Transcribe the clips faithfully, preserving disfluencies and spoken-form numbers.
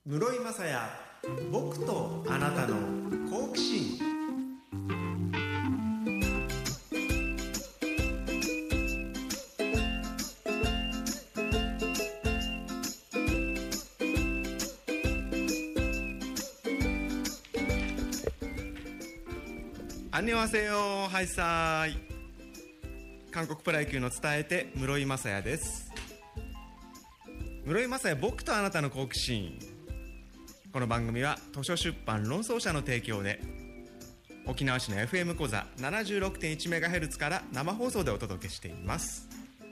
室井雅也、僕とあなたの好奇心。アンニョンハセヨ、ハイサーイ。韓国プロ野球の伝えて室井雅也です。室井雅也、僕とあなたの好奇心。この番組は図書出版論争者の提供で沖縄市の エフエム 講座 ななじゅうろくてんいちメガヘルツ から生放送でお届けしています。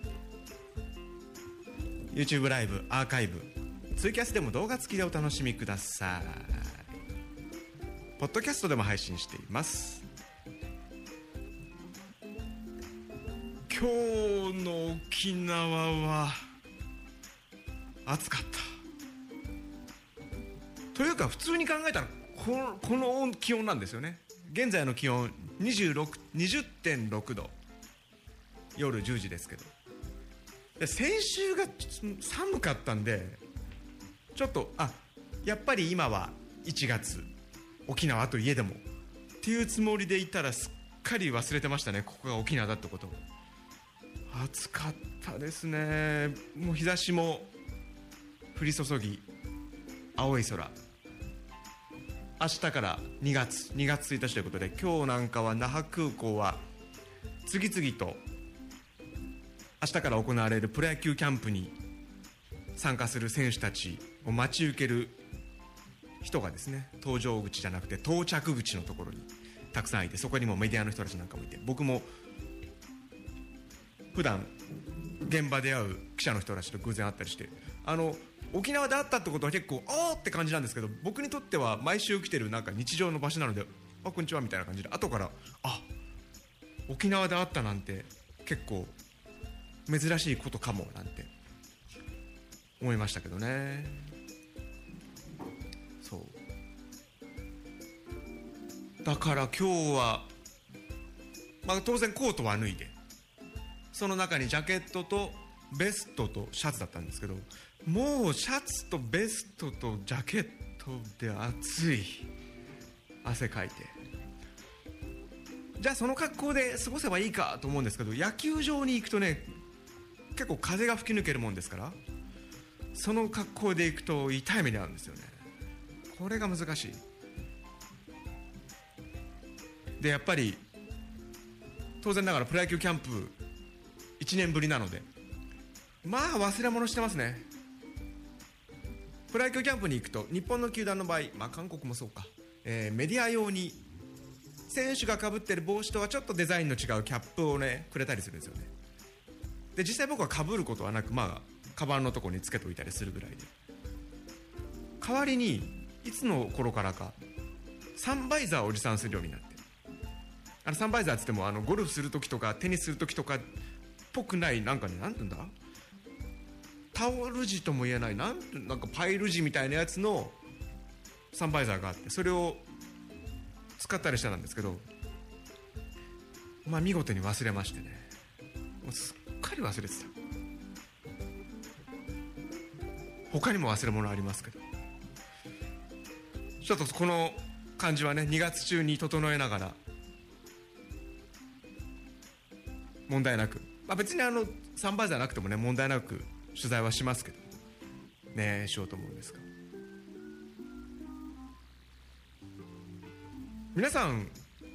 YouTube ライブ、アーカイブ、ツイキャスでも動画付きでお楽しみください。ポッドキャストでも配信しています。今日の沖縄は暑かったというか、普通に考えたらこの、この気温なんですよね。現在の気温 にじゅうろく にじゅってんろくど、夜じゅうじですけど、で先週が寒かったんで、ちょっとあやっぱり今はいちがつ、沖縄といえどもっていうつもりでいたら、すっかり忘れてましたね、ここが沖縄だってことを。暑かったですね。もう日差しも降り注ぎ、青い空。明日からにがつにがつついたちということで、今日なんかは那覇空港は次々と明日から行われるプロ野球キャンプに参加する選手たちを待ち受ける人がですね、搭乗口じゃなくて到着口のところにたくさんいて、そこにもメディアの人たちなんかもいて、僕も普段現場で会う記者の人たちと偶然会ったりして、あの沖縄で会ったってことは結構あーって感じなんですけど、僕にとっては毎週来てるなんか日常の場所なので、あこんにちはみたいな感じで、後からあ沖縄で会ったなんて結構珍しいことかもなんて思いましたけどね。そうだから今日は、まあ、当然コートは脱いで、その中にジャケットとベストとシャツだったんですけど、もうシャツとベストとジャケットで暑い、汗かいて、じゃあその格好で過ごせばいいかと思うんですけど、野球場に行くとね、結構風が吹き抜けるもんですから、その格好で行くと痛い目に遭うんですよね。これが難しい。でやっぱり当然ながらプロ野球キャンプいちねんぶりなので、まあ忘れ物してますね。プロ野球キャンプに行くと、日本の球団の場合、まあ韓国もそうか、えー、メディア用に選手が被ってる帽子とはちょっとデザインの違うキャップをねくれたりするんですよね。で実際僕は被ることはなく、まあカバンのところにつけといたりするぐらいで、代わりにいつの頃からかサンバイザーを持参するようになって、あのサンバイザーっつっても、あのゴルフするときとかテニスするときとかっぽくない、なんかね、なんていうんだ、タオル地とも言えない、なんてなんかパイル地みたいなやつのサンバイザーがあって、それを使ったりしたんですけど、まあ見事に忘れましてね、もうすっかり忘れてた。他にも忘れ物ありますけど、ちょっとこの感じはね、にがつ中に整えながら問題なく、まあ、別にあのサンバイザーなくてもね問題なく取材はしますけどね、しようと思うんですが、皆さん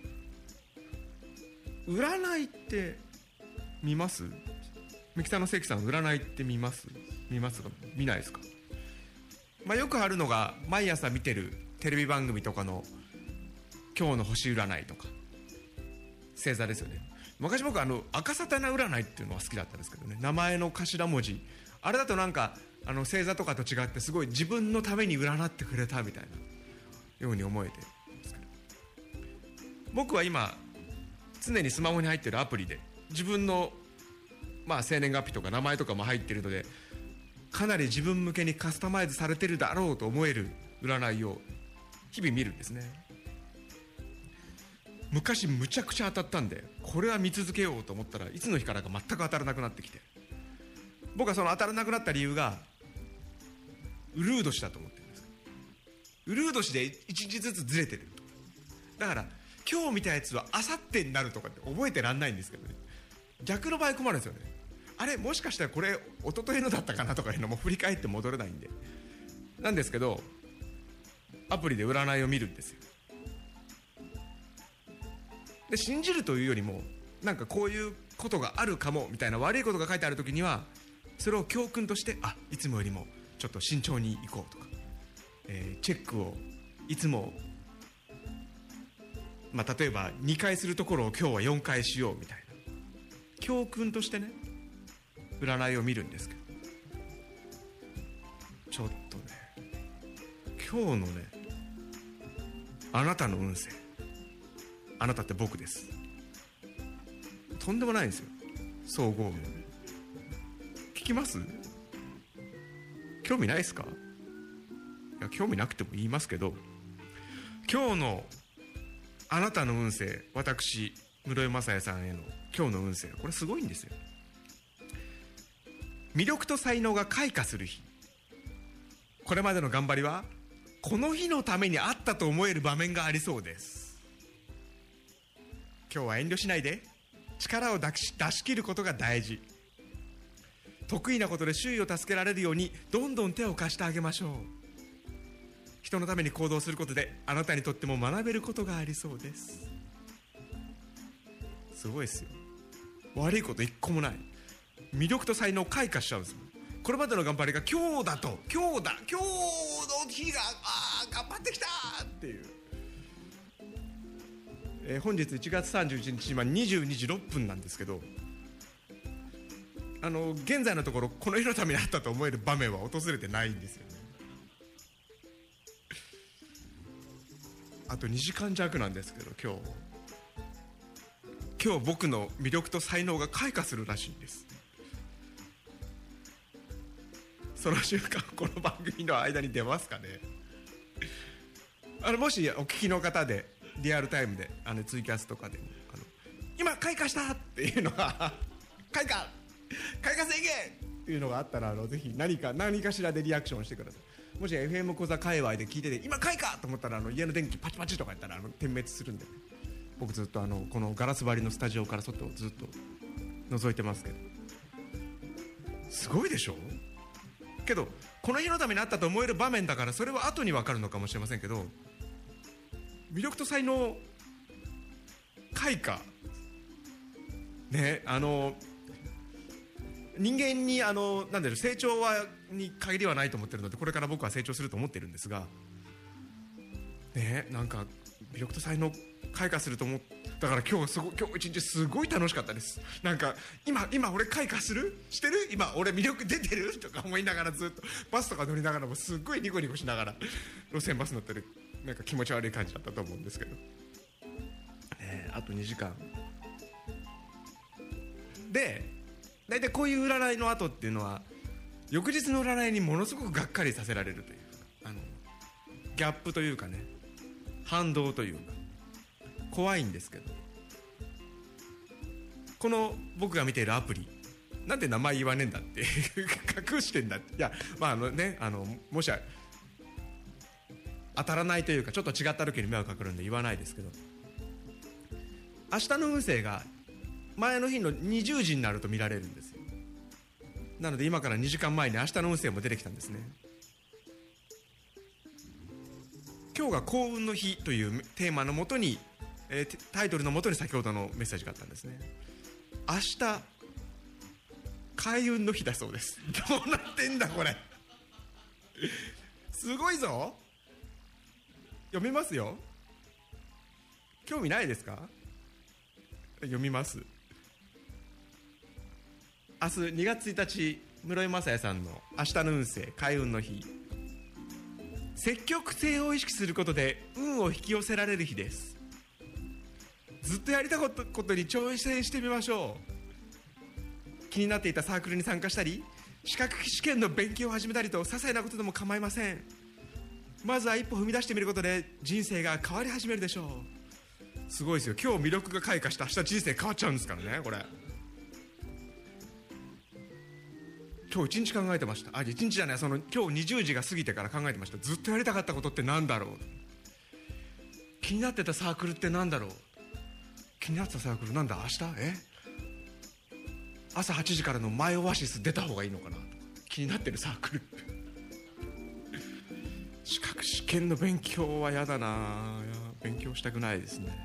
占いって見ます？三木さんの関さん、占いって見ます？見ますか？見ないですか？まあ、よくあるのが毎朝見てるテレビ番組とかの今日の星占いとか星座ですよね。昔僕あの赤サタナ占いっていうのは好きだったんですけどね、名前の頭文字、あれだとなんかあの星座とかと違ってすごい自分のために占ってくれたみたいなように思えてるんですけど、僕は今常にスマホに入ってるアプリで自分のまあ生年月日とか名前とかも入ってるので、かなり自分向けにカスタマイズされてるだろうと思える占いを日々見るんですね。昔むちゃくちゃ当たったんで、これは見続けようと思ったらいつの日からか全く当たらなくなってきて、僕はその当たらなくなった理由がウルー年だと思ってるんです。 うるう年でいちにちずつずれてる。だから今日見たやつはあさってになるとかって覚えてらんないんですけどね。逆の場合困るんですよね。あれもしかしたらこれ一昨日のだったかなとかいうのも振り返って戻れないんでなんですけど、アプリで占いを見るんですよ。で信じるというよりもなんかこういうことがあるかもみたいな悪いことが書いてあるときにはそれを教訓として、あ、いつもよりもちょっと慎重に行こうとか、えー、チェックをいつも、まあ、例えばにかいするところを今日はよんかいしようみたいな教訓としてね占いを見るんですけど、ちょっとね今日のねあなたの運勢、あなたって僕です、とんでもないんですよ。総合運聞きます？興味ないですか？いや興味なくても言いますけど、今日のあなたの運勢、私室井雅也さんへの今日の運勢、これすごいんですよ。魅力と才能が開花する日。これまでの頑張りはこの日のためにあったと思える場面がありそうです。今日は遠慮しないで力を出し、出し切ることが大事。得意なことで周囲を助けられるようにどんどん手を貸してあげましょう。人のために行動することであなたにとっても学べることがありそうです。すごいですよ。悪いこと一個もない。魅力と才能を開花しちゃうんですよ。これまでの頑張りが今日だと、今日だ今日の日があー頑張ってきたっていう、えー、本日いちがつさんじゅういちにち今にじゅうにじろっぷんなんですけど、あの現在のところこの日のためにあったと思える場面は訪れてないんですよね。あとにじかんじゃくなんですけど、今日今日僕の魅力と才能が開花するらしいんです。その瞬間この番組の間に出ますかね。あのもしお聞きの方でリアルタイムであのツイキャスとかでもあの今開花したっていうのが開花開花宣言っていうのがあったら、あのぜひ何か何かしらでリアクションしてください。もし エフエム 講座界隈で聞いてて今開花と思ったら、あの家の電気パチパチとかやったらあの点滅するんで、ね、僕ずっとあのこのガラス張りのスタジオから外をずっと覗いてますけど、すごいでしょ。けどこの日のためにあったと思える場面だから、それは後に分かるのかもしれませんけど、魅力と才能開花ね、あの人間にあのなんだろう、成長はに限りはないと思ってるので、これから僕は成長すると思ってるんですがね、なんか魅力と才能開花すると思う。だから今日すご今日一日すごい楽しかったです。なんか今今俺開花するしてる今俺魅力出てるとか思いながら、ずっとバスとか乗りながらもすっごいニコニコしながら路線バス乗ってる、なんか気持ち悪い感じだったと思うんですけど、えー、あとにじかんで大体こういう占いの後っていうのは翌日の占いにものすごくがっかりさせられるというか、あのギャップというかね、反動というか怖いんですけど、この僕が見ているアプリなんで名前言わねえんだって隠してんだって、いやまああのね、あのもし当たらないというかちょっと違った時に迷惑かかるんで言わないですけど、明日の運勢が前の日のにじゅうじになると見られるんですよ。なので今からにじかんまえに明日の運勢も出てきたんですね。今日が幸運の日というテーマのもとに、えー、タイトルのもとに先ほどのメッセージがあったんですね。明日開運の日だそうです。どうなってんだこれすごいぞ。読みますよ。興味ないですか？読みます。明日にがつついたち、室井雅也さんの明日の運勢開運の日。積極性を意識することで運を引き寄せられる日です。ずっとやりたかったことに挑戦してみましょう。気になっていたサークルに参加したり、資格試験の勉強を始めたりと、些細なことでも構いません。まずは一歩踏み出してみることで人生が変わり始めるでしょう。すごいですよ。今日魅力が開花した明日人生変わっちゃうんですからね。これ今日一日考えてました。あ、一日じゃない、その今日にじゅうじが過ぎてから考えてました。ずっとやりたかったことってなんだろう、気になってたサークルってなんだろう、気になってたサークルなんだ、明日え朝はちじからのマイオアシス出た方がいいのかなとか、気になってるサークル資格試験の勉強はやだな、いや勉強したくないですね。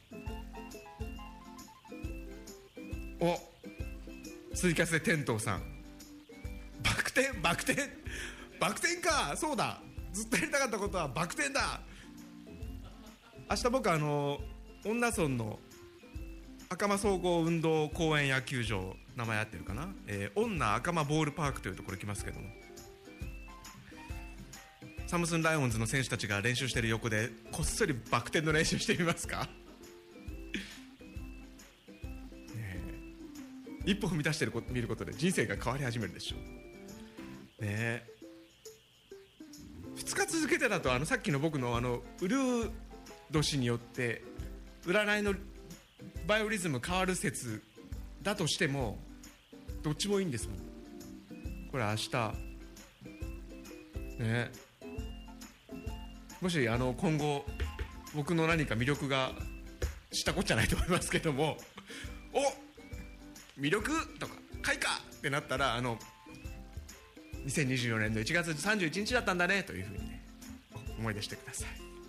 お、ツイキャスで天童さん、バク転バク転バク転か、そうだ、ずっとやりたかったことはバク転だ。明日僕あの恩納村の赤間総合運動公園野球場、名前合ってるかな、えー、恩納赤間ボールパークというところ来ますけども、サムスンライオンズの選手たちが練習してる横でこっそりバク転の練習してみますか一歩踏み出してること見ることで人生が変わり始めるでしょうね。えふつか続けてだと、あのさっきの僕のあのウルー年によって占いのバイオリズム変わる説だとしてもどっちもいいんですもん。これ明日ね、もしあの今後僕の何か魅力がしたこっちゃないと思いますけども、お魅力とか開花ってなったら、あのにせんにじゅうよねんのいちがつさんじゅういちにちだったんだねというふうにね、思い出してください。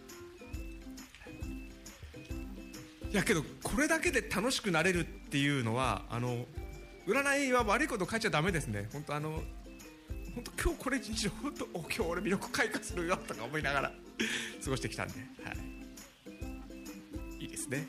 いやけどこれだけで楽しくなれるっていうのは、あの占いは悪いこと書いちゃダメですね。本当あの本当今日これ一日本当、お今日俺魅力開花するよとか思いながら過ごしてきたんで、はい、いいですね。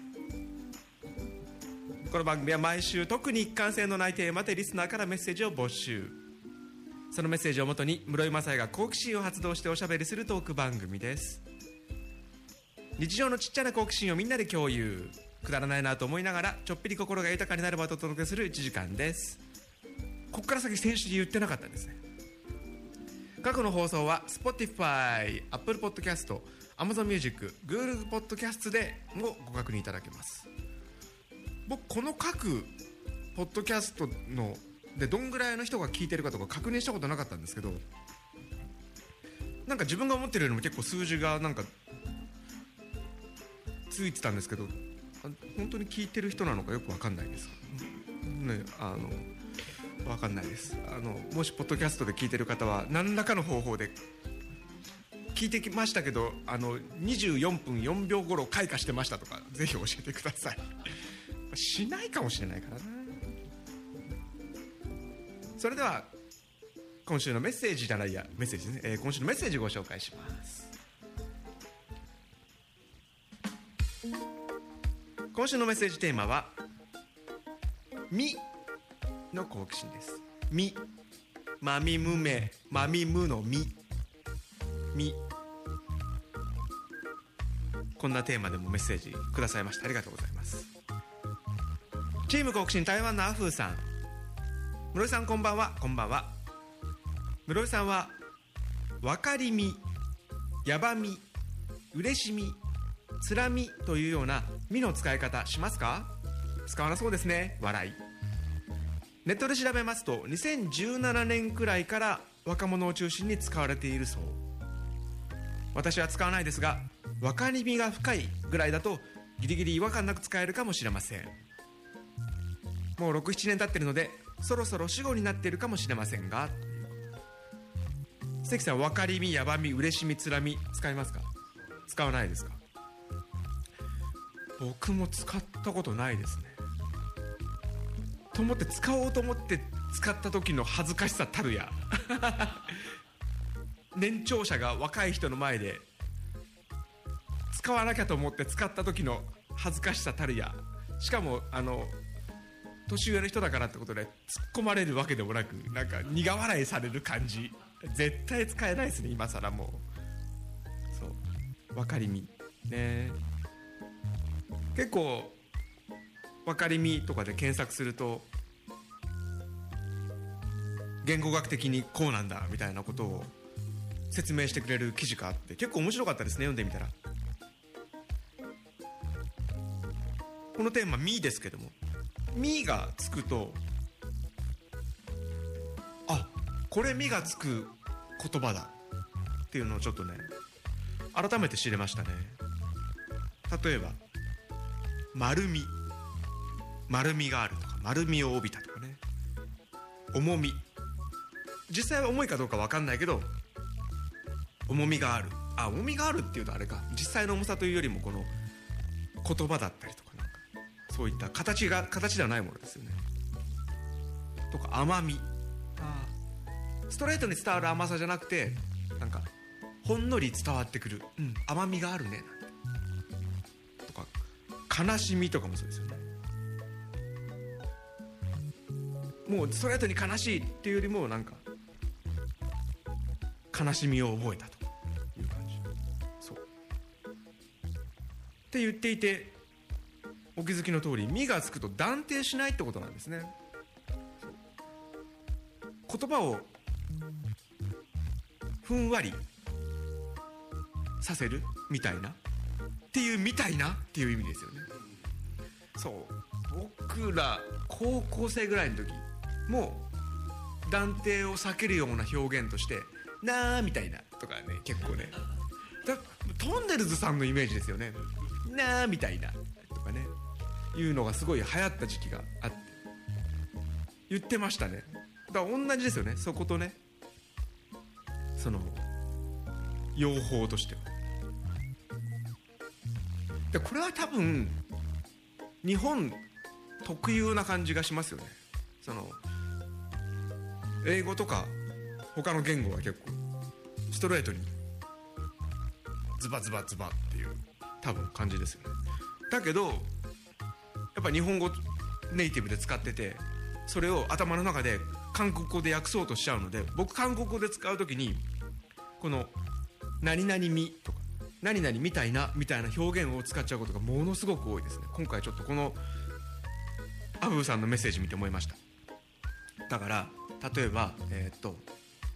この番組は毎週特に一貫性のないテーマでリスナーからメッセージを募集、そのメッセージをもとに室井雅也が好奇心を発動しておしゃべりするトーク番組です。日常のちっちゃな好奇心をみんなで共有、くだらないなと思いながらちょっぴり心が豊かになればとお届けするいちじかんです。ここから先先週言ってなかったんですね。過去の放送は Spotify、Apple Podcast、Amazon Music、Google Podcast でもご確認いただけます。僕この各ポッドキャストのでどんぐらいの人が聞いてるかとか確認したことなかったんですけど、なんか自分が思ってるよりも結構数字がなんかついてたんですけど、本当に聞いてる人なのかよく分かんないですね。あの分かんないです。あのもしポッドキャストで聞いてる方は何らかの方法で聞いてきましたけど、あのにじゅうよんぷんよんびょう頃開花してましたとかぜひ教えてくださいしないかもしれないからな。それでは今週のメッセージじゃないやメッセージですね、えー、今週のメッセージをご紹介します。今週のメッセージテーマはみの好奇心です。み、まみむめ、まみむのみ、み、こんなテーマでもメッセージくださいました。ありがとうございます。チーム好奇心台湾のアフーさん、室井さんこんばんは。こんばんは。室井さんはわかりみ、やばみ、うれしみ、つらみというようなみの使い方しますか？使わなそうですね。笑い。ネットで調べますとにせんじゅうななねんくらいから若者を中心に使われているそう。私は使わないですが、わかりみが深いぐらいだとギリギリ違和感なく使えるかもしれません。もうろく、ななねん経ってるのでそろそろ死後になっているかもしれませんが、関さんわかりみ、やばみ、うれしみ、つらみ使いますか？使わないですか？僕も使ったことないですね。と思って使おうと思って使った時の恥ずかしさたるや年長者が若い人の前で使わなきゃと思って使った時の恥ずかしさたるや、しかもあの年上の人だからってことで突っ込まれるわけでもなく、なんか苦笑いされる感じ、絶対使えないですね今更。もうそうわかりみね、結構わかりみとかで検索すると言語学的にこうなんだみたいなことを説明してくれる記事があって結構面白かったですね、読んでみたら。このテーマみですけども、みがつくとあこれ実がつく言葉だっていうのをちょっとね改めて知れましたね。例えば丸み、丸みがあるとか丸みを帯びたとかね、重み、実際は重いかどうか分かんないけど重みがある、あ重みがあるっていうとあれか、実際の重さというよりもこの言葉だったりとか、なんかそういった形が形ではないものですよね。とか甘み、あストレートに伝わる甘さじゃなくてなんかほんのり伝わってくる、うん、甘みがあるねなんてとか、悲しみとかもそうですよね。もうストレートに悲しいっていうよりもなんか悲しみを覚えたという感じ、そうって言っていてお気づきの通り、実がつくと断定しないってことなんですね。言葉をふんわりさせるみたいなっていうみたいなっていう意味ですよね。そう僕ら高校生ぐらいの時もう断定を避けるような表現としてなーみたいなとかね、結構ねだトンネルズさんのイメージですよね。なーみたいなとかねいうのがすごい流行った時期があって言ってましたね。だから同じですよね、そことね、その用法としては。でこれは多分日本特有な感じがしますよね。その英語とか他の言語は結構ストレートにズバズバズバっていう多分感じですよね。だけどやっぱ日本語ネイティブで使ってて、それを頭の中で韓国語で訳そうとしちゃうので、僕韓国語で使うときにこの何々みとか何々みたいなみたいな表現を使っちゃうことがものすごく多いですね。今回ちょっとこのアブーさんのメッセージ見て思いました。だから例えばえー、っと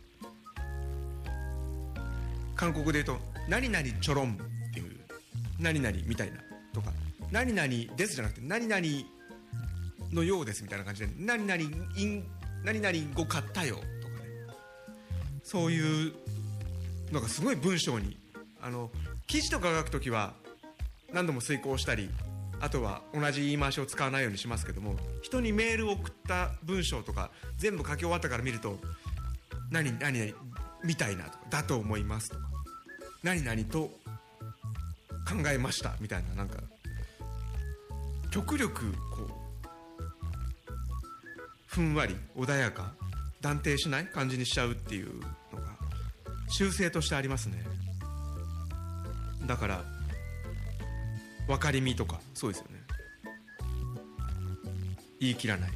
韓国で言うと何々ちょろんっていう何々みたいなとか、何々ですじゃなくて何々のようですみたいな感じで、何々イン何々語買ったよとかね、そういうのがすごい文章に、あの記事とか書くときは何度も遂行したり、あとは同じ言い回しを使わないようにしますけども、人にメールを送った文章とか全部書き終わったから見ると何何々みたいなとかだと思いますとか何々と考えましたみたいな、なんか極力こうふんわり穏やか断定しない感じにしちゃうっていうのが習性としてありますね。だから分かりみとかそうですよね、言い切らない。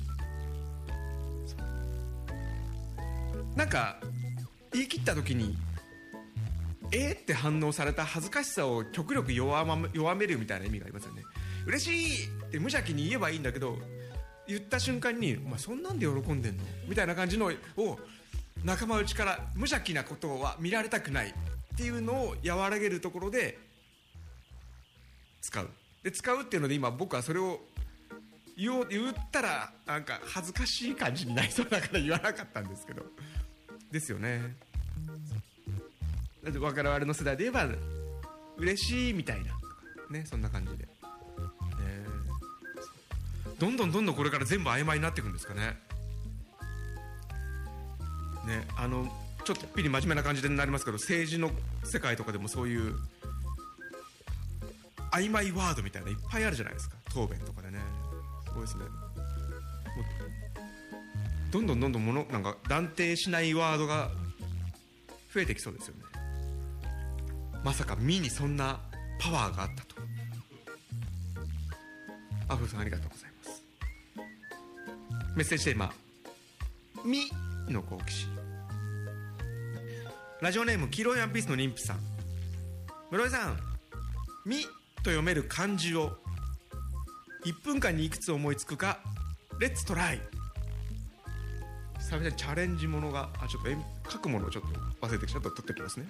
なんか言い切った時にえーって反応された恥ずかしさを極力弱ま弱めるみたいな意味がありますよね。嬉しいって無邪気に言えばいいんだけど、言った瞬間にお前そんなんで喜んでんのみたいな感じのを仲間内から無邪気なことは見られたくないっていうのを和らげるところで使う。で使うっていうので今僕はそれを言おう言ったらなんか恥ずかしい感じになりそうだから言わなかったんですけどですよね。だって我々の世代で言えば嬉しいみたいなね、そんな感じで、ね、どんどんどんどんこれから全部曖昧になっていくんですかね。ね、あのちょっとピリ真面目な感じになりますけど、政治の世界とかでもそういう曖昧ワードみたいないっぱいあるじゃないですか、答弁とかでね。すごいですね。もうどんどんどんどんものなんか断定しないワードが増えてきそうですよね。まさか「み」にそんなパワーがあったと。アフロさんありがとうございます。メッセージテーマ「み」の好奇心。ラジオネーム黄色いワンピースの妊婦さん。室井さん、「み」と読める漢字をいっぷんかんにいくつ思いつくかレッツトライ。久々にチャレンジものがあちょっと書くものをちょっと忘れてきちゃった。取ってきますね。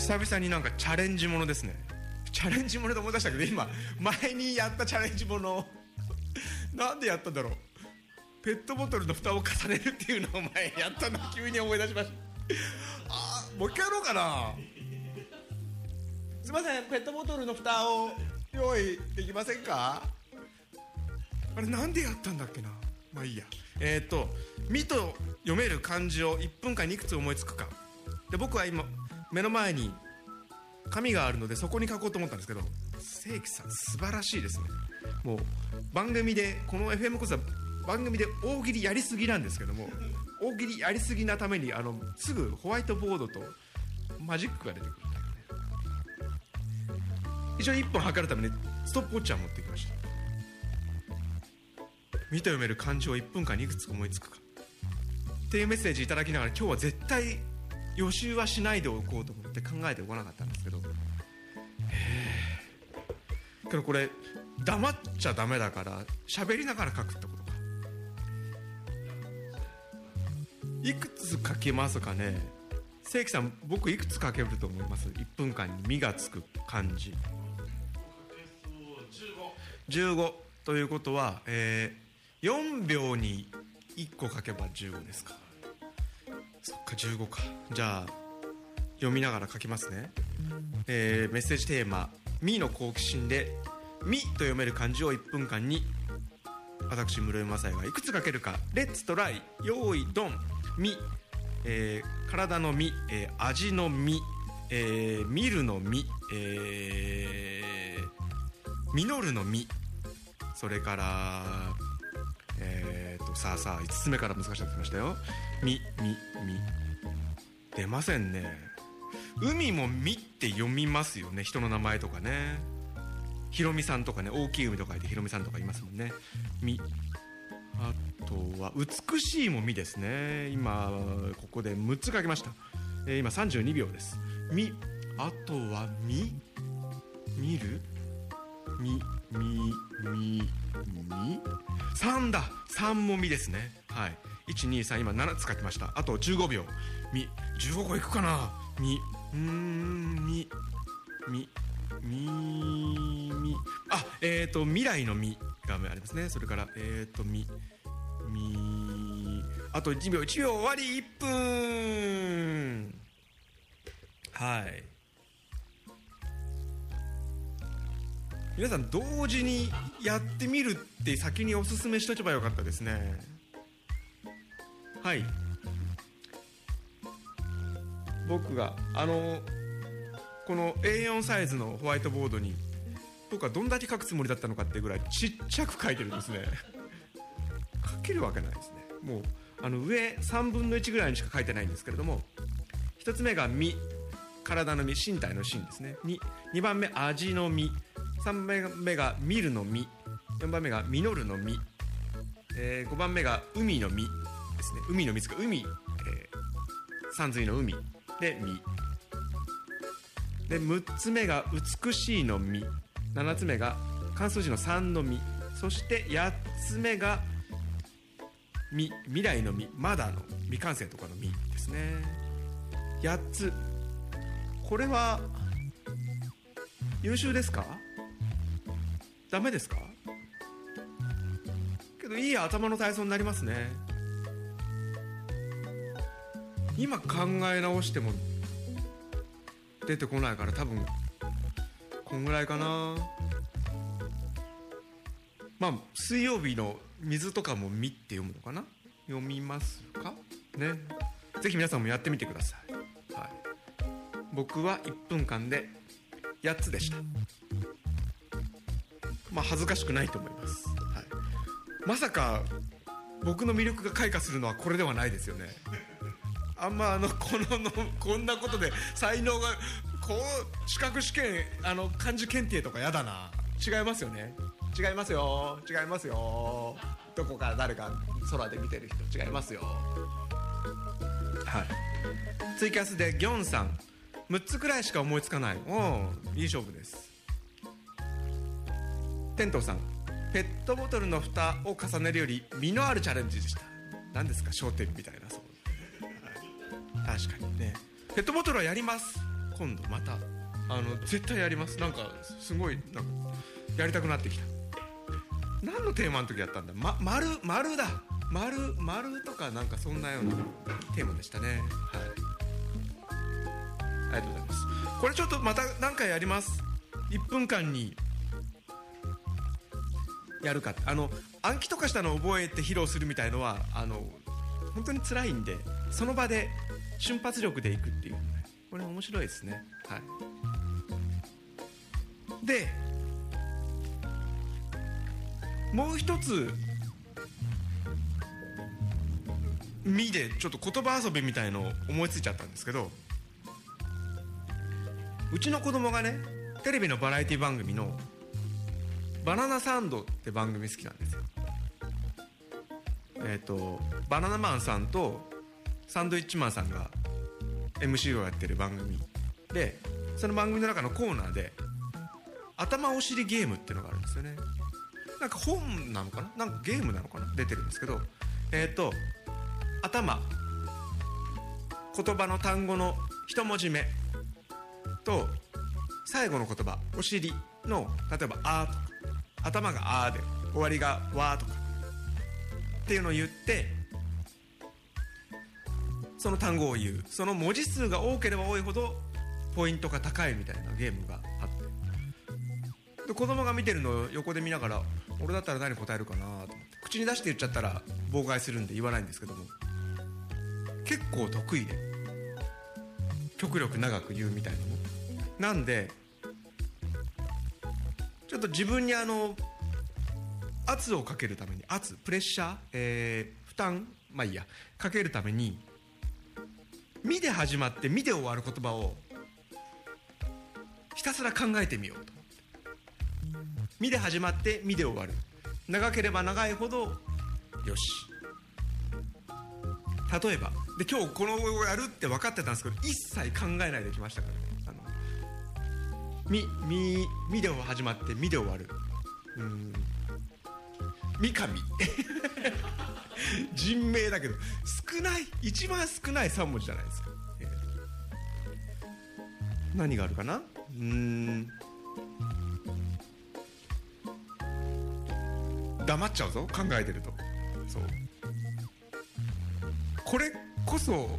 久々になんかチャレンジものですね。チャレンジもので思い出したけど、今前にやったチャレンジものなんでやったんだろう。ペットボトルの蓋を重ねるっていうのを前にやったのを急に思い出しましたあー、もう一回やろうかな。すいません、ペットボトルの蓋を用意できませんか。あれなんでやったんだっけな。まあいいや。えー、っと「み」と読める漢字をいっぷんかんにいくつ思いつくかで、僕は今目の前に紙があるのでそこに書こうと思ったんですけど、正規さん素晴らしいですね。もう番組でこの エフエム こそ番組で大喜利やりすぎなんですけども、大喜利やりすぎなためにあのすぐホワイトボードとマジックが出てくる。一応いっぷん測るためにストップウォッチャー持ってきました。見と読める漢字をいっぷんかんにいくつ思いつくかっていうメッセージいただきながら、今日は絶対予習はしないでおこうと思って考えておかなかったんですけど、へえ。けどこれ黙っちゃダメだから喋りながら書くってことか。いくつ書けますかね。正規さん、僕いくつ書けると思います？いっぷんかんに「み」がつく漢字。じゅうごということは、えー、よんびょうにいっこ書けばじゅうごですか。そっか、じゅうごか。じゃあ読みながら書きますね。えー、メッセージテーマ「み」の好奇心で「み」と読める漢字をいっぷんかんに私室井雅也がいくつ書けるか。レッツトライ。用意ドン。み、えー、体のみ、えー、味のみ、えー、見るのみ、えー、実るのみ、それからえーとさあさあいつつめから難しくなってきましたよ。みみみ出ませんね。海もみって読みますよね、人の名前とかね。ひろみさんとかね、大きい海とか書いてひろみさんとかいますもんね。み、あとは美しいもみですね。今ここでむっつ書きました、えー、今さんじゅうにびょうです。み、あとはみ、見る、み、み、み、み、さんだ。さんもみですね。はい、いちにさん今ななつ書きました。あとじゅうごびょう。み、じゅうごこいくかな。み、うーん、み、み、み、み、あ、えーと未来のみがありますね。それからえーとみ、み、あといちびょう、いちびょう終わり。いっぷん。はい、皆さん同時にやってみるって先におすすめしとけばよかったですね。はい、僕があのこの エーよん サイズのホワイトボードに僕はどんだけ書くつもりだったのかっていうぐらいちっちゃく書いてるんですね書けるわけないですね。もうあの上さんぶんのいちぐらいにしか書いてないんですけれども、ひとつめが身、体の身、身体の身ですね。 に, にばんめ味の身、さんばんめが見るの身、よんばんめが実るの実、えー、ごばんめが海の実ですね。海の実か海、えー、山水の海で実で、むっつめが美しいの実、ななつめが漢数字のさんの実、そしてやっつめがみ、未来の実、まだの未完成とかの実ですね。やっつ、これは優秀ですか？ダメですか？けどいい頭の体操になりますね。今考え直しても出てこないから多分こんぐらいかな。まあ水曜日の水とかも「み」って読むのかな。読みますかね。ぜひ皆さんもやってみてください。はい、僕はいっぷんかんでやっつでした。まあ恥ずかしくないと思います。はい、まさか僕の魅力が開花するのはこれではないですよね。あんまあのこののこんなことで才能がこう資格試験あの漢字検定とかやだな。違いますよね。違いますよ。違いますよ。どこか誰か空で見てる人違いますよ。はい。ツイキャスでギョンさん、むっつくらいしか思いつかない。おー、いい勝負です。テントウさん、ペットボトルの蓋を重ねるより実のあるチャレンジでした。何ですか、焦点みたいな。そう、はい、確かにね。ペットボトルはやります。 今度またあの絶対やります。なんかすごいなんかやりたくなってきた。何のテーマの時やったんだ、ま、丸丸だ丸丸とかなんかそんなようなテーマでしたね。はい、ありがとうございます。これちょっとまた何回やります。いっぷんかんにやるか、あの暗記とかしたのを覚えて披露するみたいのはあの本当に辛いんで、その場で瞬発力でいくっていう、これ面白いですね。はい。でもう一つ「み」でちょっと言葉遊びみたいのを思いついちゃったんですけど、うちの子供がねテレビのバラエティ番組の「バナナサンド」って番組好きなんですよ。えっとバナナマンさんとサンドイッチマンさんが エムシー をやってる番組で、その番組の中のコーナーで頭お尻ゲームっていうのがあるんですよね。なんか本なのかな、なんかゲームなのかな、出てるんですけど、えっと頭、言葉の単語の一文字目と最後の言葉お尻の、例えば「あ」とか、頭が「あ」で終わりが「わ」とかっていうのを言って、その単語を言う、その文字数が多ければ多いほどポイントが高いみたいなゲームがあって、で子供が見てるのを横で見ながら、俺だったら何答えるかなと思って、口に出して言っちゃったら妨害するんで言わないんですけども、結構得意で極力長く言うみたいなのなんで、ちょっと自分にあの圧をかけるために、圧プレッシャー、えー、負担、まあいいや、かけるために「み」で始まって「み」で終わる言葉をひたすら考えてみようと。みで始まってみで終わる、長ければ長いほどよし。例えばで今日このをやるって分かってたんですけど、一切考えないできましたからね。あのみみみで始まってみで終わる、うーん三上人名だけど少ない、一番少ないさんもじじゃないですか、えー、何があるかな。うーん黙っちゃうぞ、考えてると。そう、これこそ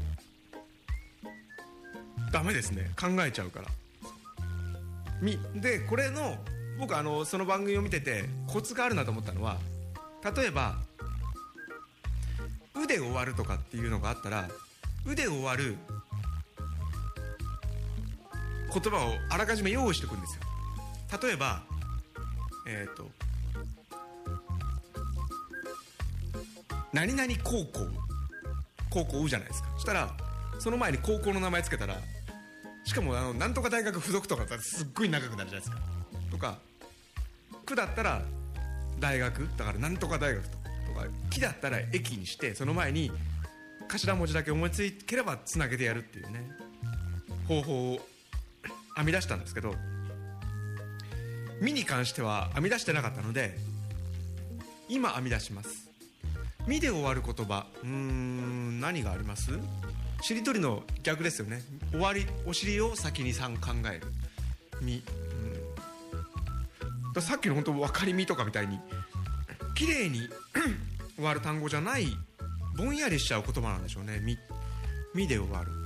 ダメですね、考えちゃうから。みでこれの僕あのその番組を見ててコツがあるなと思ったのは、例えば「う」で終わるとかっていうのがあったら、「う」で終わる言葉をあらかじめ用意しておくんですよ。例えばえっと何々高校、高校うじゃないですか。そしたらその前に高校の名前つけたら、しかもあのなんとか大学附属とかだったらすっごい長くなるじゃないですか。とか区だったら大学だからなんとか大学とか、木だったら駅にして、その前に頭文字だけ思いつければつなげてやるっていうね方法を編み出したんですけど、「み」に関しては編み出してなかったので今編み出します。「み」で終わる言葉、うーん何があります？しりとりの逆ですよね。終わり、お尻を先にさん考える。み、うん、ださっきの本当分かりみとかみたいに綺麗に終わる単語じゃない、ぼんやりしちゃう言葉なんでしょうね。み、みで終わる。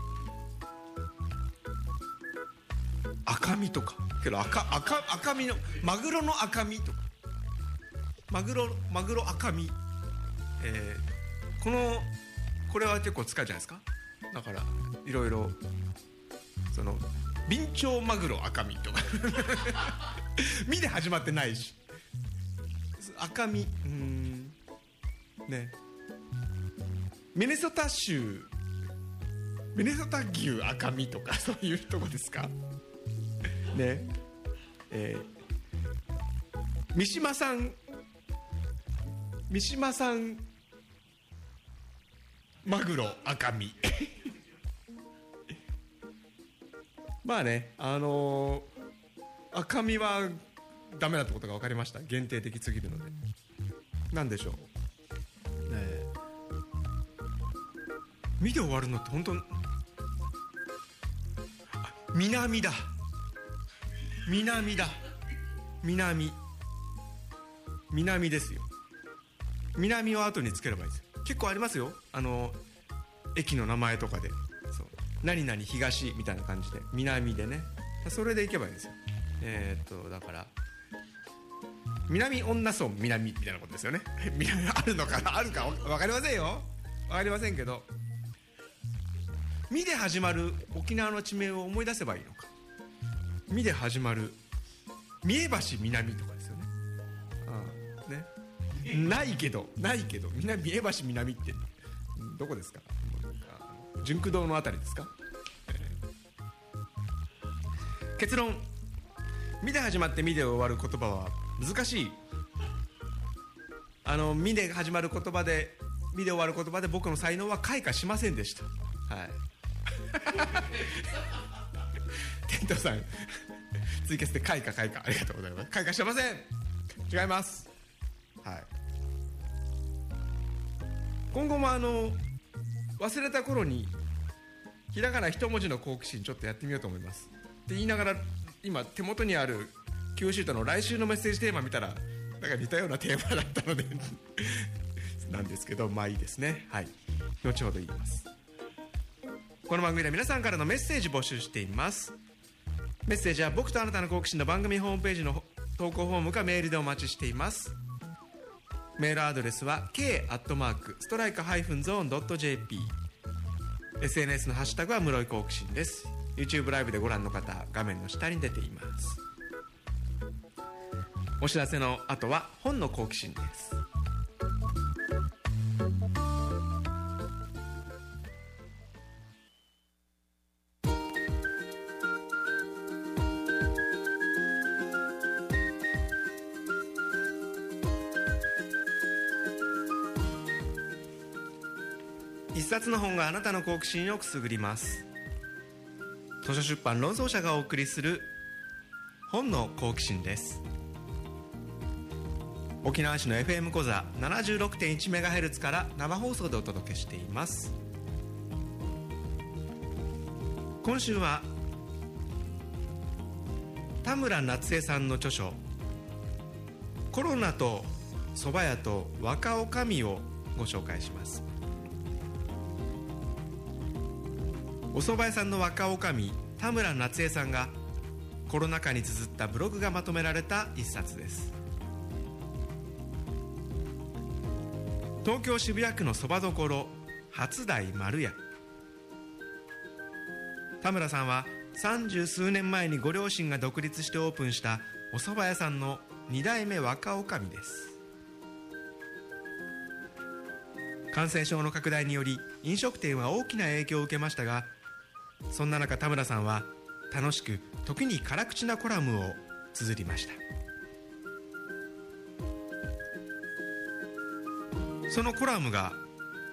赤身とかけど赤赤赤身のマグロの赤身とか、マグロマグロ赤身、えー、このこれは結構使うじゃないですか。だからいろいろそのビンチョウマグロ赤身とかみで始まってないし、赤身、うーんね、ミネソタ州ミネソタ牛赤身とかそういうとこですかね。えー、三島さん三島さんマグロ赤身まあね、あのー、赤身はダメだってことが分かりました。限定的すぎるので。なんでしょう、えー、見で終わるのって本当南だ南だ南南ですよ。南を後につければいいですよ。結構ありますよ、あの駅の名前とかで、そう何々東みたいな感じで南でね、それで行けばいいんですよ。えー、っとだから南恩納村南みたいなことですよね。南あるのかな、あるか分かりませんよ、分かりませんけど、みで始まる沖縄の地名を思い出せばいいのか。みで始まる三重橋南とかですよね。ああね、ないけどないけど南三重橋南ってどこですか。純駆堂のあたりですか。結論、みで始まってみで終わる言葉は難しい。あのみで始まる言葉でみで終わる言葉で僕の才能は開花しませんでした。はいテントさんツイキャスで開花開花ありがとうございます。開花してません、違います。はい、今後もあの忘れた頃にひらがな一文字の好奇心ちょっとやってみようと思いますって言いながら、今手元にある キューシートの来週のメッセージテーマ見たらなんか似たようなテーマだったのでなんですけど、まあいいですね。はい、後ほど言います。この番組では皆さんからのメッセージ募集しています。メッセージは僕とあなたの好奇心の番組ホームページの投稿フォームかメールでお待ちしています。メールアドレスは ケー アットマーク ストライク ハイフン ゾーン ドット ジェーピー、 エスエヌエス のハッシュタグは室井好奇心です。 YouTube ライブでご覧の方、画面の下に出ています。お知らせの後は本の好奇心です。一冊の本があなたの好奇心をくすぐります。図書出版論争者がお送りする本の好奇心です。沖縄市の エフエム コザ ななじゅうろくてんいちメガヘルツ から生放送でお届けしています。今週は田村夏江さんの著書「コロナと蕎麦屋と若女将」をご紹介します。お蕎麦屋さんの若女将田村夏江さんがコロナ禍に綴ったブログがまとめられた一冊です。東京渋谷区のそばどころ初台丸屋。田村さんは三十数年前にご両親が独立してオープンしたお蕎麦屋さんのに代目若女将です。感染症の拡大により飲食店は大きな影響を受けましたが、そんな中田村さんは楽しく時に辛口なコラムを綴りました。そのコラムが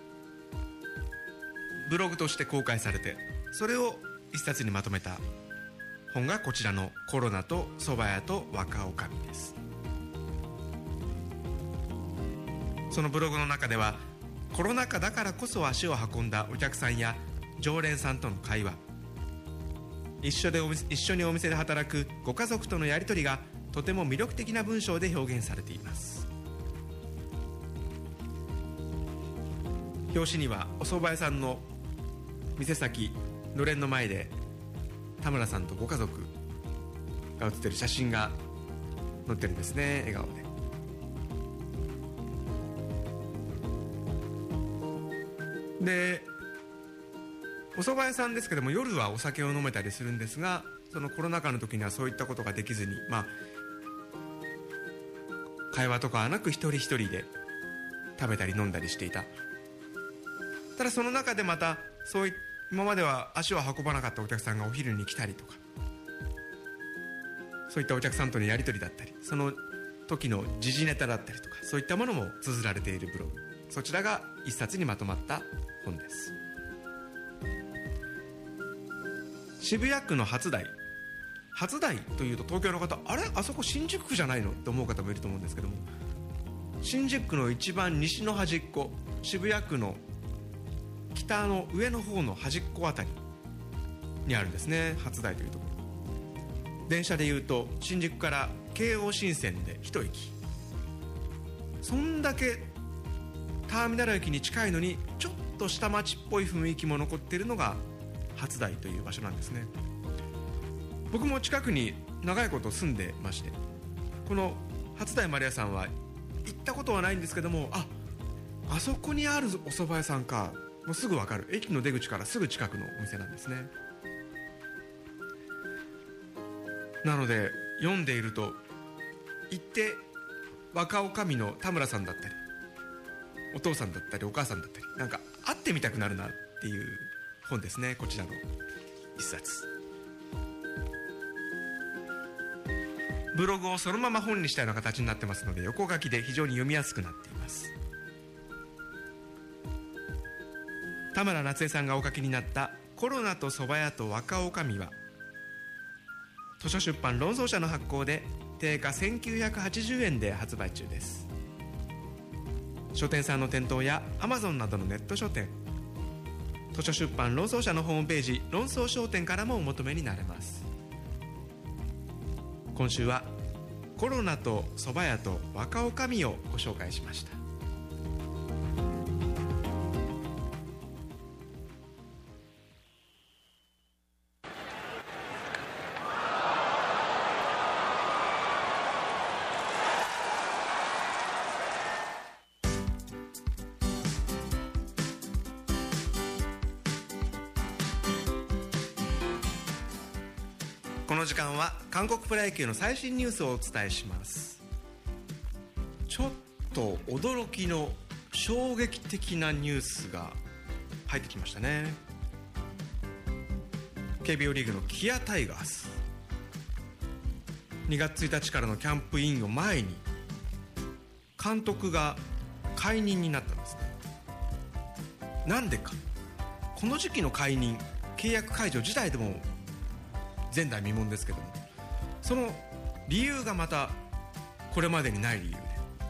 ブログとして公開されて、それを一冊にまとめた本がこちらのコロナと蕎麦屋と若女将です。そのブログの中ではコロナ禍だからこそ足を運んだお客さんや常連さんとの会話、一緒でお店一緒にお店で働くご家族とのやり取りがとても魅力的な文章で表現されています。表紙にはお蕎麦屋さんの店先のれんの前で田村さんとご家族が写ってる写真が載ってるんですね、笑顔で。でお蕎麦屋さんですけども、夜はお酒を飲めたりするんですが、そのコロナ禍の時にはそういったことができずに、まあ会話とかはなく一人一人で食べたり飲んだりしていた。ただその中でまたそうい今までは足を運ばなかったお客さんがお昼に来たりとか、そういったお客さんとのやり取りだったり、その時の時事ネタだったりとか、そういったものも綴られているブログ、そちらが一冊にまとまった本です。渋谷区の初台、初台というと東京の方、あれあそこ新宿区じゃないのって思う方もいると思うんですけども、新宿区の一番西の端っこ、渋谷区の北の上の方の端っこあたりにあるんですね、初台というところ。電車でいうと新宿から京王新線で一駅、そんだけターミナル駅に近いのにちょっと下町っぽい雰囲気も残っているのが初台という場所なんですね。僕も近くに長いこと住んでまして、この初台丸屋さんは行ったことはないんですけども、ああそこにあるお蕎麦屋さんか、もうすぐ分かる、駅の出口からすぐ近くのお店なんですね。なので読んでいると行って若女将の田村さんだったりお父さんだったりお母さんだったり、なんか会ってみたくなるなっていう本ですね、こちらの一冊。ブログをそのまま本にしたような形になってますので、横書きで非常に読みやすくなっています。田村夏江さんがお書きになったコロナと蕎麦屋と若女将は、図書出版論争社の発行で定価せんきゅうひゃくはちじゅうえんで発売中です。書店さんの店頭や アマゾン などのネット書店、図書出版論争社のホームページ論争商店からもお求めになれます。今週はコロナと蕎麦屋と若女将をご紹介しました。この時間は韓国プロ野球の最新ニュースをお伝えします。ちょっと驚きの衝撃的なニュースが入ってきましたね。 ケービーオー リーグのキアタイガース、にがつついたちからのキャンプインを前に監督が解任になったんですね。なんでか、この時期の解任、契約解除自体でも前代未聞ですけども、その理由がまたこれまでにない理由で、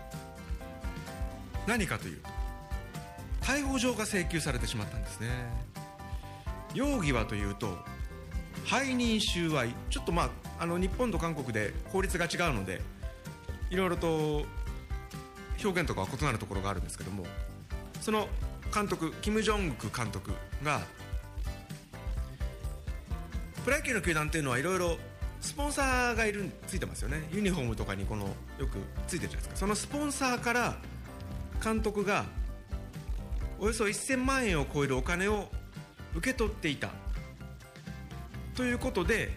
何かというと逮捕状が請求されてしまったんですね。容疑はというと背任収賄、ちょっとまああの日本と韓国で法律が違うのでいろいろと表現とかは異なるところがあるんですけども、その監督キム・ジョングク監督が、プロ野球の球団っていうのはいろいろスポンサーがいるついてますよね。ユニフォームとかにこのよくついてるじゃないですか。そのスポンサーから監督がおよそせんまんえんを超えるお金を受け取っていたということで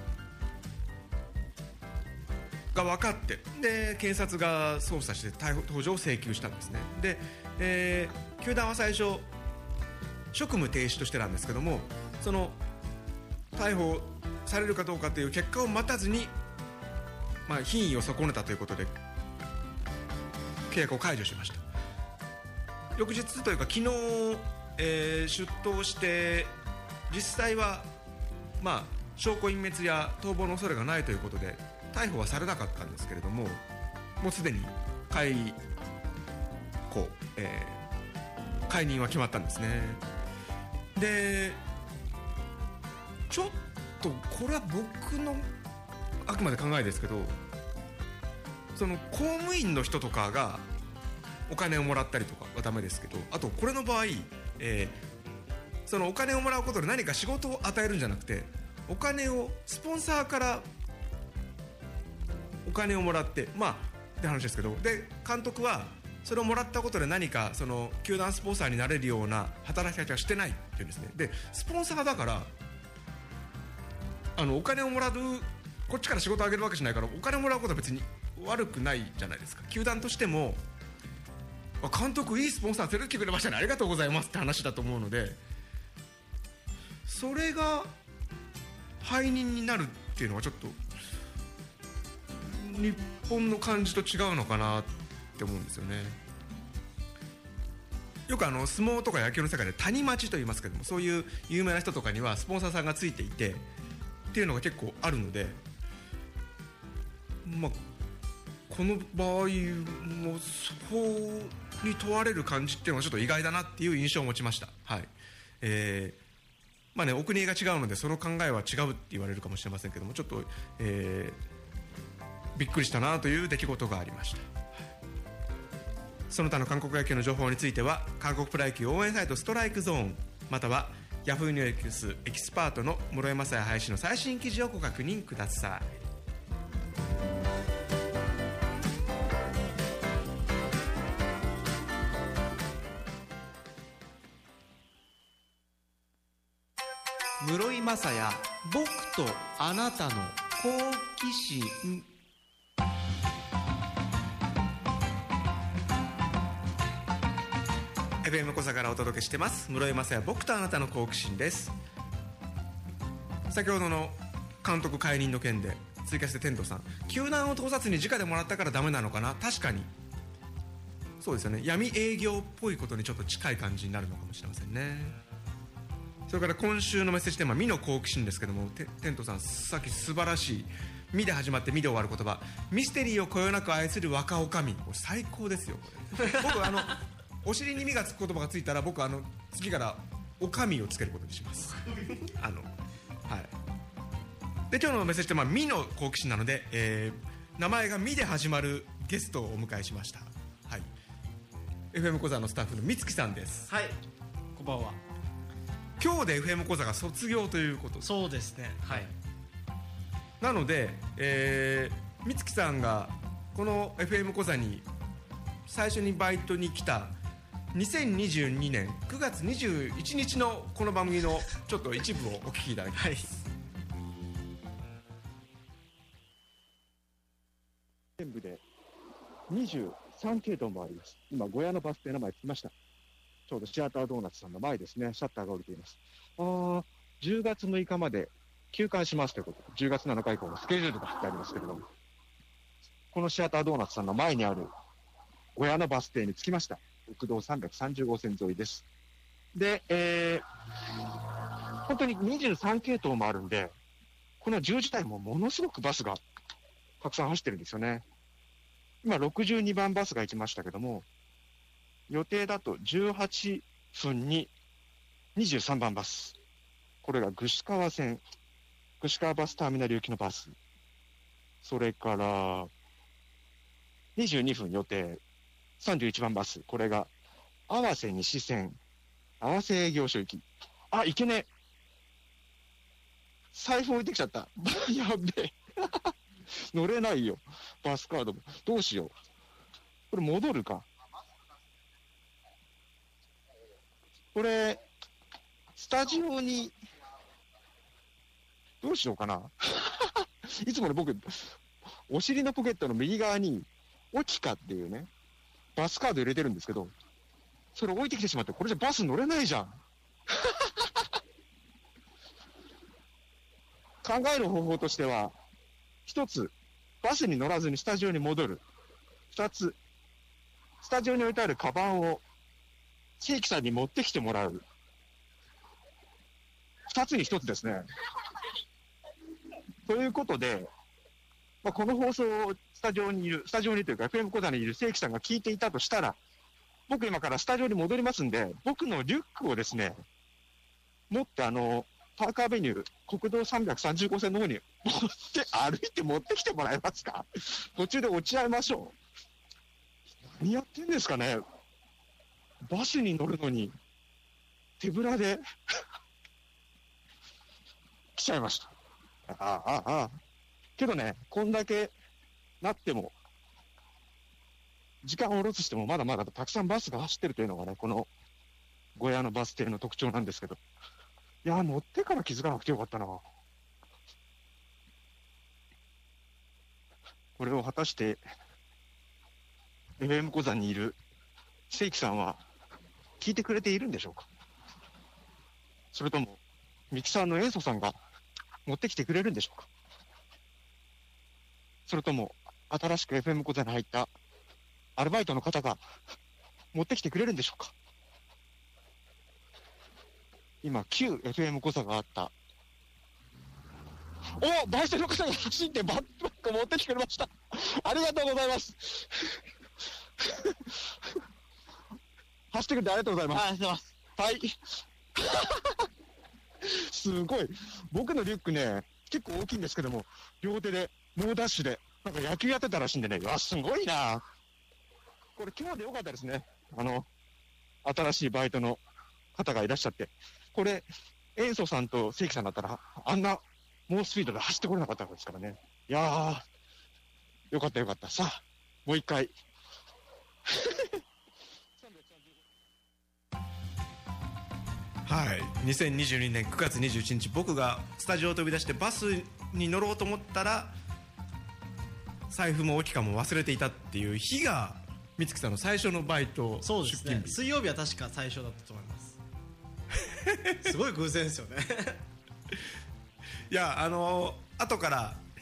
が分かって、で検察が捜査して逮捕状を請求したんですね。で、えー、球団は最初職務停止としてなんですけども、その逮捕されるかどうかという結果を待たずに、まあ、品位を損ねたということで契約を解除しました。翌日というか昨日、えー、出頭して実際は、まあ、証拠隠滅や逃亡の恐れがないということで逮捕はされなかったんですけれども、もうすでに解雇、えー、解任は決まったんですね。でちょっとこれは僕のあくまで考えですけど、その公務員の人とかがお金をもらったりとかはダメですけど、あとこれの場合、えー、そのお金をもらうことで何か仕事を与えるんじゃなくて、お金をスポンサーからお金をもらってまあって話ですけど、で監督はそれをもらったことで何かその球団スポンサーになれるような働きかけはしてないっていうんですね。でスポンサーだからあのお金をもらう、こっちから仕事をあげるわけじゃないから、お金をもらうことは別に悪くないじゃないですか。球団としても監督いいスポンサー連れてきてくれましたね、ありがとうございますって話だと思うので、それが背任になるっていうのはちょっと日本の感じと違うのかなって思うんですよね。よくあの相撲とか野球の世界で谷町と言いますけども、そういう有名な人とかにはスポンサーさんがついていてっていうのが結構あるので、まあこの場合もそうに問われる感じっていうのはちょっと意外だなっていう印象を持ちました。はい、えーまあね、お国が違うのでその考えは違うって言われるかもしれませんけども、ちょっと、えー、びっくりしたなという出来事がありました。その他の韓国野球の情報については韓国プロ野球応援サイトストライクゾーン、またはヤフーニュースエキスパートの室山雅也配信の最新記事をご確認ください。室井雅也、僕とあなたの好奇心。エフエム 小座からお届けしてます室井雅也、僕とあなたの好奇心です。先ほどの監督解任の件で追加して天童さん、球団を盗撮に直でもらったからダメなのかな。確かにそうですよね。闇営業っぽいことにちょっと近い感じになるのかもしれませんね。それから今週のメッセージテーマ、美の好奇心ですけども、天童さんさっき素晴らしい「美」で始まって「美」で終わる言葉、ミステリーをこよなく愛する若女将、これ最高ですよ。これ僕あのお尻に「美」がつく言葉がついたら僕あの次から「おかみ」をつけることにしますあのはいで、今日のメッセージテーマは「美の好奇心」なので、えー、名前が「美」で始まるゲストをお迎えしました。はい、エフエム 講座のスタッフの美月さんです。 はい、こんばんは。 今日で エフエム 講座が卒業ということ。 そうですね、はい。 なので、えー、美月さんがこの エフエム 講座に最初にバイトに来たにせんにじゅうにねんくがつにじゅういちにちのこの番組のちょっと一部をお聞きいただきます。はい、 全部でにじゅうさんけいとうもあります。今小屋のバス停の前着きました。ちょうどシアタードーナツさんの前ですね。シャッターが降りています。あー、じゅうがつむいかまで休館しますということで、じゅうがつなのか以降のスケジュールが貼ってありますけれども、このシアタードーナツさんの前にある小屋のバス停に着きました。国道さんびゃくさんじゅうごうせん沿いです。で、えー、本当ににじゅうさんけいとうもあるんで、このじゅうじたいもものすごくバスがたくさん走ってるんですよね。今ろくじゅうにばんバスが行きましたけども、予定だとじゅうはっぷんににじゅうさんばんバス。これが串川線、串川バスターミナル行きのバス。それから、にじゅうにふん予定、さんじゅういちばんバス。これが、合わせ西線、合わせ営業所行き。あ、いけねえ。財布置いてきちゃった。やべえ。乗れないよ。バスカードも。どうしよう。これ戻るか。これ、スタジオに、どうしようかな。いつもね、僕、お尻のポケットの右側に、オキカっていうね、バスカード入れてるんですけど、それ置いてきてしまって、これじゃバス乗れないじゃん。考える方法としては、一つ、バスに乗らずにスタジオに戻る。二つ、スタジオに置いてあるカバンを、正規さんに持ってきてもらう。二つに一つですね。ということで、まあ、この放送をスタジオにいる、スタジオにというか エフエム 講座にいる正規さんが聞いていたとしたら、僕今からスタジオに戻りますんで、僕のリュックをですね、持ってあの、パークアベニュー、国道さんびゃくさんじゅうごせんの方に持って、歩いて持ってきてもらえますか？途中で落ち合いましょう。何やってんですかね。バスに乗るのに、手ぶらで、来ちゃいました。ああ、ああ、ああ。けどね、こんだけなっても、時間を下ろすしてもまだまだたくさんバスが走ってるというのがね、この小屋のバス停の特徴なんですけど。いや、乗ってから気づかなくてよかったな。これを果たして、エフエム 講座にいる正規さんは聞いてくれているんでしょうか。それとも、ミキサーの塩素さんが持ってきてくれるんでしょうか。それとも、新しく エフエム 講座に入ったアルバイトの方が持ってきてくれるんでしょうか。今、旧 エフエム 講座があった。お、バイトの方が走ってバッグ持ってきてくれました。ありがとうございます。走ってくれてありがとうございます。 ありがとうございます。 はい。 すごい。僕のリュックね、結構大きいんですけども、両手で、猛ダッシュで、なんか野球やってたらしいんでね、いや、すごいな。これ今日でよかったですね。あの、新しいバイトの方がいらっしゃって。これ、塩素さんと正規さんだったら、あんな猛スピードで走ってこれなかったわけですからね。いやー、よかったよかった。さあ、もう一回。 はい、にせんにじゅうにねんくがつにじゅういちにち、僕がスタジオを飛び出してバスに乗ろうと思ったら財布も置きかも忘れていたっていう日が美月さんの最初のバイトそうですね、 出勤日。 水曜日は確か最初だったと思いますすごい偶然ですよねいや、あのー、後から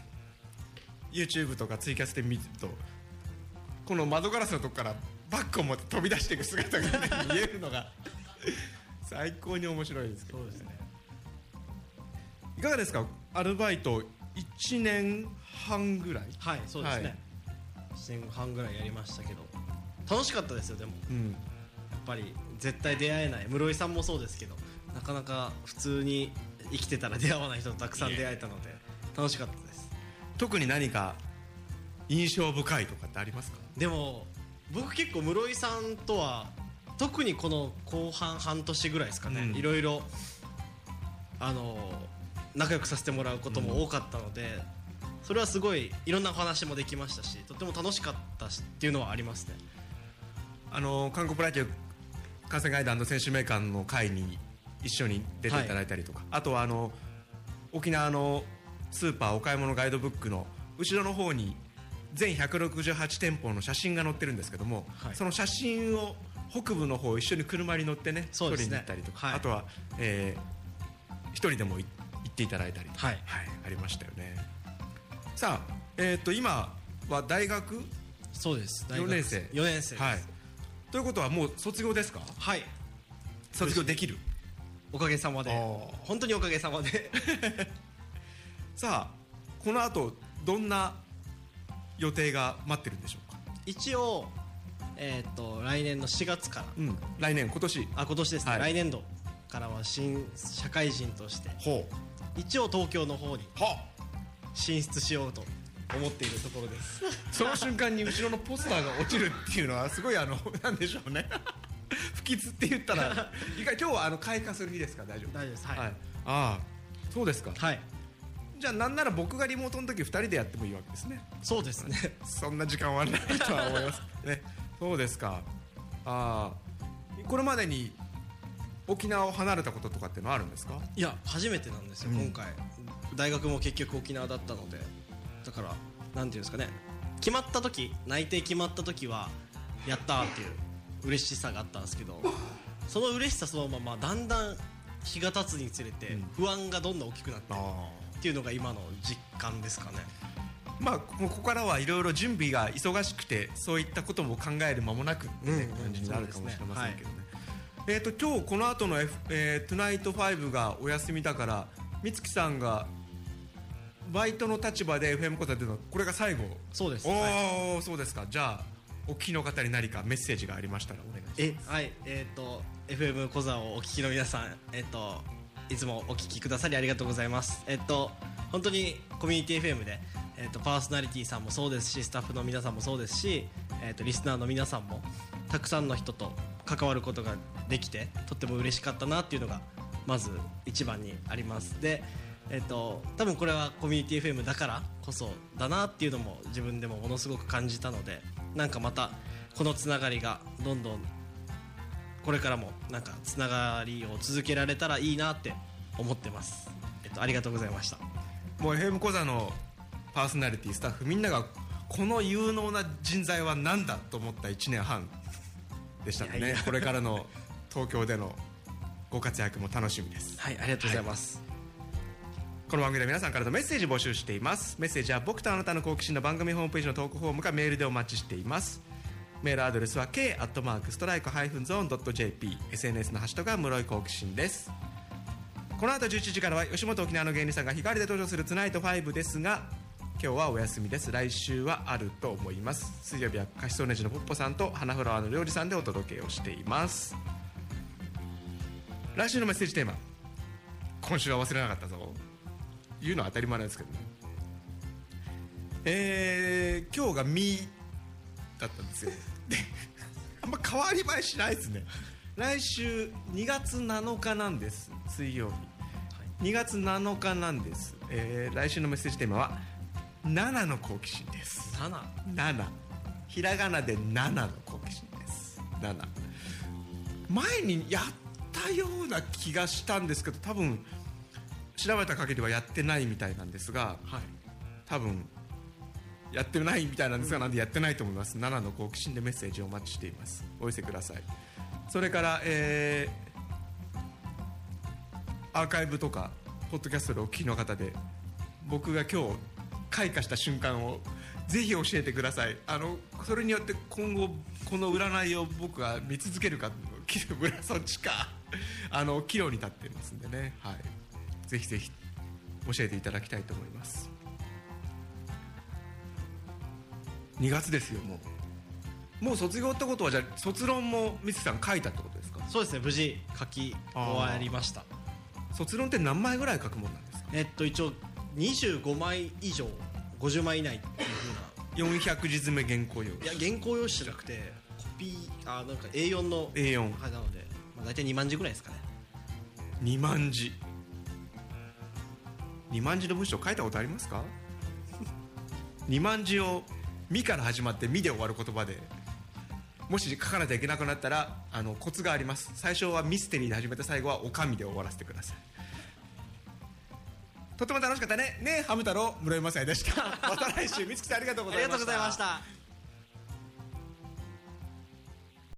YouTube とかツイキャスで見ると、この窓ガラスのとこからバッグを持って飛び出していく姿が、ね、見えるのが最高に面白いですけど、 そうですね。 いかがですか、アルバイトいちねんはんぐらい。 はい、そうですね、はい、いちねんはんぐらいやりましたけど楽しかったですよ。でも、うん、やっぱり絶対出会えない、室井さんもそうですけど、なかなか普通に生きてたら出会わない人とたくさん出会えたので楽しかったです。 特に何か印象深いとかってありますか？ でも僕結構室井さんとは特にこの後半半年ぐらいですかね、うん、いろいろあの仲良くさせてもらうことも多かったので、うん、それはすごいいろんなお話もできましたし、とても楽しかったしっていうのはありますね。 あの韓国プロ野球観戦ガイド&選手名鑑の会に一緒に出ていただいたりとか、はい、あとはあの沖縄のスーパーお買い物ガイドブックの後ろの方に全ひゃくろくじゅうはちてんぽの写真が載ってるんですけども、はい、その写真を北部の方一緒に車に乗ってね撮りに行ったりとか、はい、あとは、えー、一人でも行っていただいたりとか、はいはい、ありましたよね。さあ、えー、と今は大学そうですよねんせいよねんせいです、 はい、ということはもう卒業ですか？ はい、 卒業できる、 おかげさまで、本当におかげさまでさあこの後どんな予定が待ってるんでしょうか？ 一応えー、と来年のしがつから、 うん、来年今年あ今年ですね、はい、来年度からは新社会人として一応東京の方に進出しようと思っているところですその瞬間に後ろのポスターが落ちるっていうのはすごいあのなんでしょうね不吉って言ったら意外今日はあの開花する日ですか？大丈夫？ 大丈夫です、はい、 はい、ああそうですか。 はい、 じゃあなんなら僕がリモートの時ふたりでやってもいいわけですね。 そうですねそんな時間はないとは思いますね。そうですか。あこれまでに沖縄を離れたこととかってのはあるんですか？ いや初めてなんですよ、うん、今回大学も結局沖縄だったので、だからなんていうんですかね、決まった時内定決まった時はやったーっていう嬉しさがあったんですけど、その嬉しさそのままだんだん日が経つにつれて不安がどんどん大きくなってっていうのが今の実感ですかね。 まあ、ここからはいろいろ準備が忙しくてそういったことも考える間もなくってね、うん、感じになるかもしれませんけどね、はい、えー、と今日この後の、F えー、トゥナイトファイブがお休みだから美月さんがバイトの立場で エフエム 講座でのこれが最後。 そうです。 おー、 はい、 そうですか。じゃあお聞きの方に何かメッセージがありましたらお願いします。 えはいえー、と エフエム 講座をお聞きの皆さん、えー、といつもお聞きくださりありがとうございます。えっ、ー、と本当にコミュニティ エフエム でえー、とパーソナリティさんもそうですしスタッフの皆さんもそうですし、えー、とリスナーの皆さんもたくさんの人と関わることができてとっても嬉しかったなっていうのがまず一番にあります。で、えー、と多分これはコミュニティ エフエム だからこそだなっていうのも自分でもものすごく感じたので、なんかまたこのつながりがどんどんこれからもなんかつながりを続けられたらいいなって思ってます。えー、とありがとうございました。 もう エフエム 講座のパーソナリティスタッフみんながこの有能な人材は何だと思ったいちねんはんでしたので、ね、いやいやこれからの東京でのご活躍も楽しみです。 はい、ありがとうございます、はい、 この番組で皆さんからのメッセージ募集しています。メッセージは僕とあなたの好奇心の番組ホームページのトークフォームかメールでお待ちしています。メールアドレスは ケーアットマークストライクハイフンゾーンドットジェーピー エスエヌエス のハッシュタグは室井好奇心です。この後じゅういちじからは吉本沖縄の芸人さんが日替わりで登場するツナイトファイブですが今日はお休みです。来週はあると思います。水曜日はカシソネジのポッポさんと花フラワーのりょうじさんでお届けをしています。来週のメッセージテーマ、 今週は忘れなかったぞ言うのは当たり前なんですけどね。えー、今日がみだったんですよであんま変わり映えしないですね。来週にがつなのかなんです。水曜日、はい、にがつなのかなんです、えー、来週のメッセージテーマはななの好奇心です。 なな、 なな、ひらがなでななの好奇心です。なな、前にやったような気がしたんですけど、多分調べた限りはやってないみたいなんですが、 はい、 多分やってないみたいなんですが、なんでやってないと思います。ななの好奇心でメッセージをお待ちしています。お寄せください。それから、えー、アーカイブとかポッドキャストでお聞きの方で僕が今日開花した瞬間をぜひ教えてください。あのそれによって今後この占いを僕が見続けるかそっちかあの岐路に立ってますんでね、はい、ぜひぜひ教えていただきたいと思います。にがつですよ。もうもう卒業ってことは、じゃあ卒論も三月さん書いたってことですか？ そうですね、無事書き終わりました。 卒論って何枚ぐらい書くもんなんですか？ えっと一応にじゅうごまい以上ごじゅうまい以内っていう風なよんひゃくじ詰め原稿用紙。 いや原稿用紙じゃなくてコピー、あなんか エーよん のエーよんはいなので、まあ、大体にまんじぐらいですかね。 にまんじにまんじの文章書いたことありますか？にまんじをみから始まってみで終わる言葉でもし書かなきゃいけなくなったらあのコツがあります。最初はミステリーで始めて最後はおかみで終わらせてください。とても楽しかったね。ねえハム太郎、室井雅也でした。また来週。美月さんありがとうございました。 ありがとうございました。